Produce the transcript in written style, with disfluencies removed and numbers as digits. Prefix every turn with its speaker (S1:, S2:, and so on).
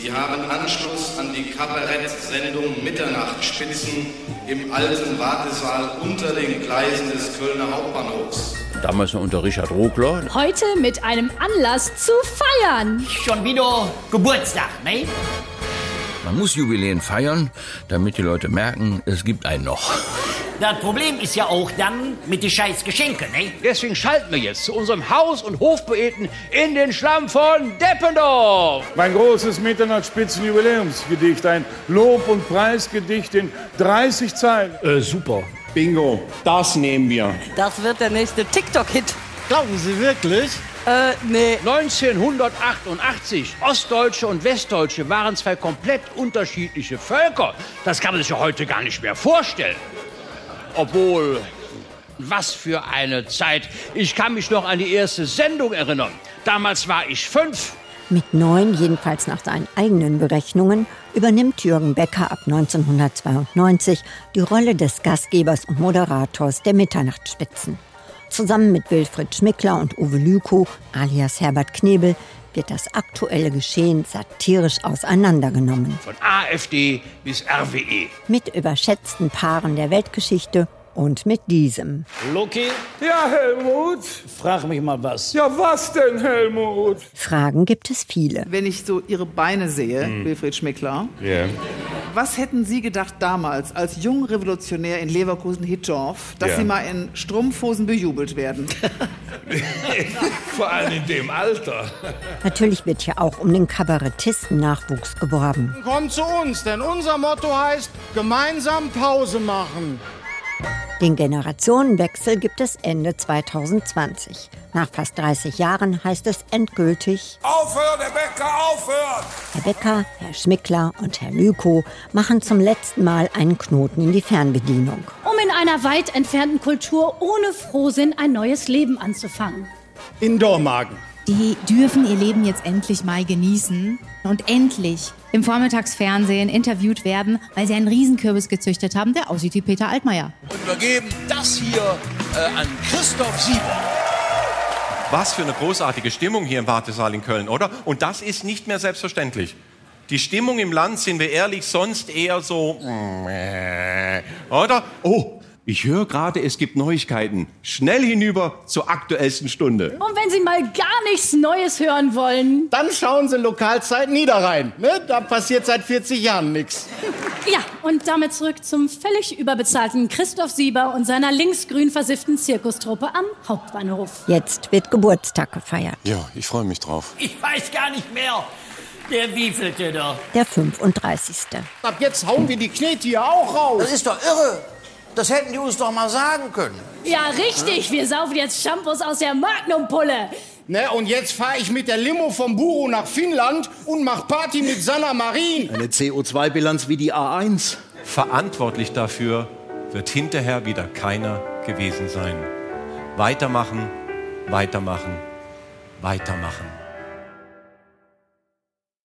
S1: Sie haben Anschluss an die Kabarettsendung Mitternachtsspitzen im alten Wartesaal unter den Gleisen des Kölner Hauptbahnhofs.
S2: Damals noch unter Richard Rogler.
S3: Heute mit einem Anlass zu feiern.
S4: Schon wieder Geburtstag, ne?
S2: Man muss Jubiläen feiern, damit die Leute merken, es gibt einen noch.
S4: Das Problem ist ja auch dann mit den scheiß Geschenken, ne?
S5: Deswegen schalten wir jetzt zu unserem Haus- und Hofpoeten in den Schlamm von Deppendorf.
S6: Mein großes Mitternachtsspitzen-Jubiläumsgedicht, ein Lob- und Preisgedicht in 30 Zeilen.
S5: Super.
S6: Bingo, das nehmen wir.
S7: Das wird der nächste TikTok-Hit.
S5: Glauben Sie wirklich?
S7: Nee.
S5: 1988, Ostdeutsche und Westdeutsche waren zwei komplett unterschiedliche Völker. Das kann man sich ja heute gar nicht mehr vorstellen. Obwohl, was für eine Zeit. Ich kann mich noch an die erste Sendung erinnern. Damals war ich 5.
S8: Mit 9, jedenfalls nach seinen eigenen Berechnungen, übernimmt Jürgen Becker ab 1992 die Rolle des Gastgebers und Moderators der Mitternachtsspitzen. Zusammen mit Wilfried Schmickler und Uwe Lükow, alias Herbert Knebel, wird das aktuelle Geschehen satirisch auseinandergenommen.
S5: Von AfD bis RWE.
S8: Mit überschätzten Paaren der Weltgeschichte und mit diesem.
S5: Loki?
S6: Ja, Helmut.
S5: Frag mich mal was.
S6: Ja, was denn, Helmut?
S8: Fragen gibt es viele.
S9: Wenn ich so Ihre Beine sehe, Wilfried Schmickler, was hätten Sie gedacht damals, als Jungrevolutionär in Leverkusen-Hittorf, dass Sie mal in Strumpfhosen bejubelt werden?
S1: Vor allem in dem Alter.
S8: Natürlich wird hier auch um den Kabarettisten-Nachwuchs geworben.
S5: Kommt zu uns, denn unser Motto heißt, gemeinsam Pause machen.
S8: Den Generationenwechsel gibt es Ende 2020. Nach fast 30 Jahren heißt es endgültig:
S1: Aufhören, Herr Becker, aufhören!
S8: Herr Becker, Herr Schmickler und Herr Lükow machen zum letzten Mal einen Knoten in die Fernbedienung.
S3: Um in einer weit entfernten Kultur ohne Frohsinn ein neues Leben anzufangen.
S5: In Dormagen.
S10: Die dürfen ihr Leben jetzt endlich mal genießen und endlich im Vormittagsfernsehen interviewt werden, weil sie einen Riesenkürbis gezüchtet haben, der aussieht wie Peter Altmaier.
S2: Und übergeben das hier an Christoph Sieber.
S11: Was für eine großartige Stimmung hier im Wartesaal in Köln, oder? Und das ist nicht mehr selbstverständlich. Die Stimmung im Land, sind wir ehrlich, sonst eher so, oder? Oh, ich höre gerade, es gibt Neuigkeiten. Schnell hinüber zur aktuellsten Stunde.
S3: Und wenn Sie mal gar nichts Neues hören wollen,
S5: Dann schauen Sie Lokalzeit Niederrhein. Ne? Da passiert seit 40 Jahren nichts.
S3: ja, und damit zurück zum völlig überbezahlten Christoph Sieber und seiner linksgrün versifften Zirkustruppe am Hauptbahnhof.
S8: Jetzt wird Geburtstag gefeiert.
S1: Ja, ich freue mich drauf.
S4: Ich weiß gar nicht mehr, der wievielte da.
S8: Der 35.
S5: Ab jetzt hauen wir die Knete hier auch raus.
S7: Das ist doch irre. Das hätten die uns doch mal sagen können.
S3: Ja, richtig, wir saufen jetzt Shampoos aus der Magnumpulle.
S5: Ne, und jetzt fahre ich mit der Limo vom Buro nach Finnland und mach Party mit Sanna Marin.
S12: Eine CO2-Bilanz wie die A1.
S11: Verantwortlich dafür wird hinterher wieder keiner gewesen sein. Weitermachen, weitermachen, weitermachen.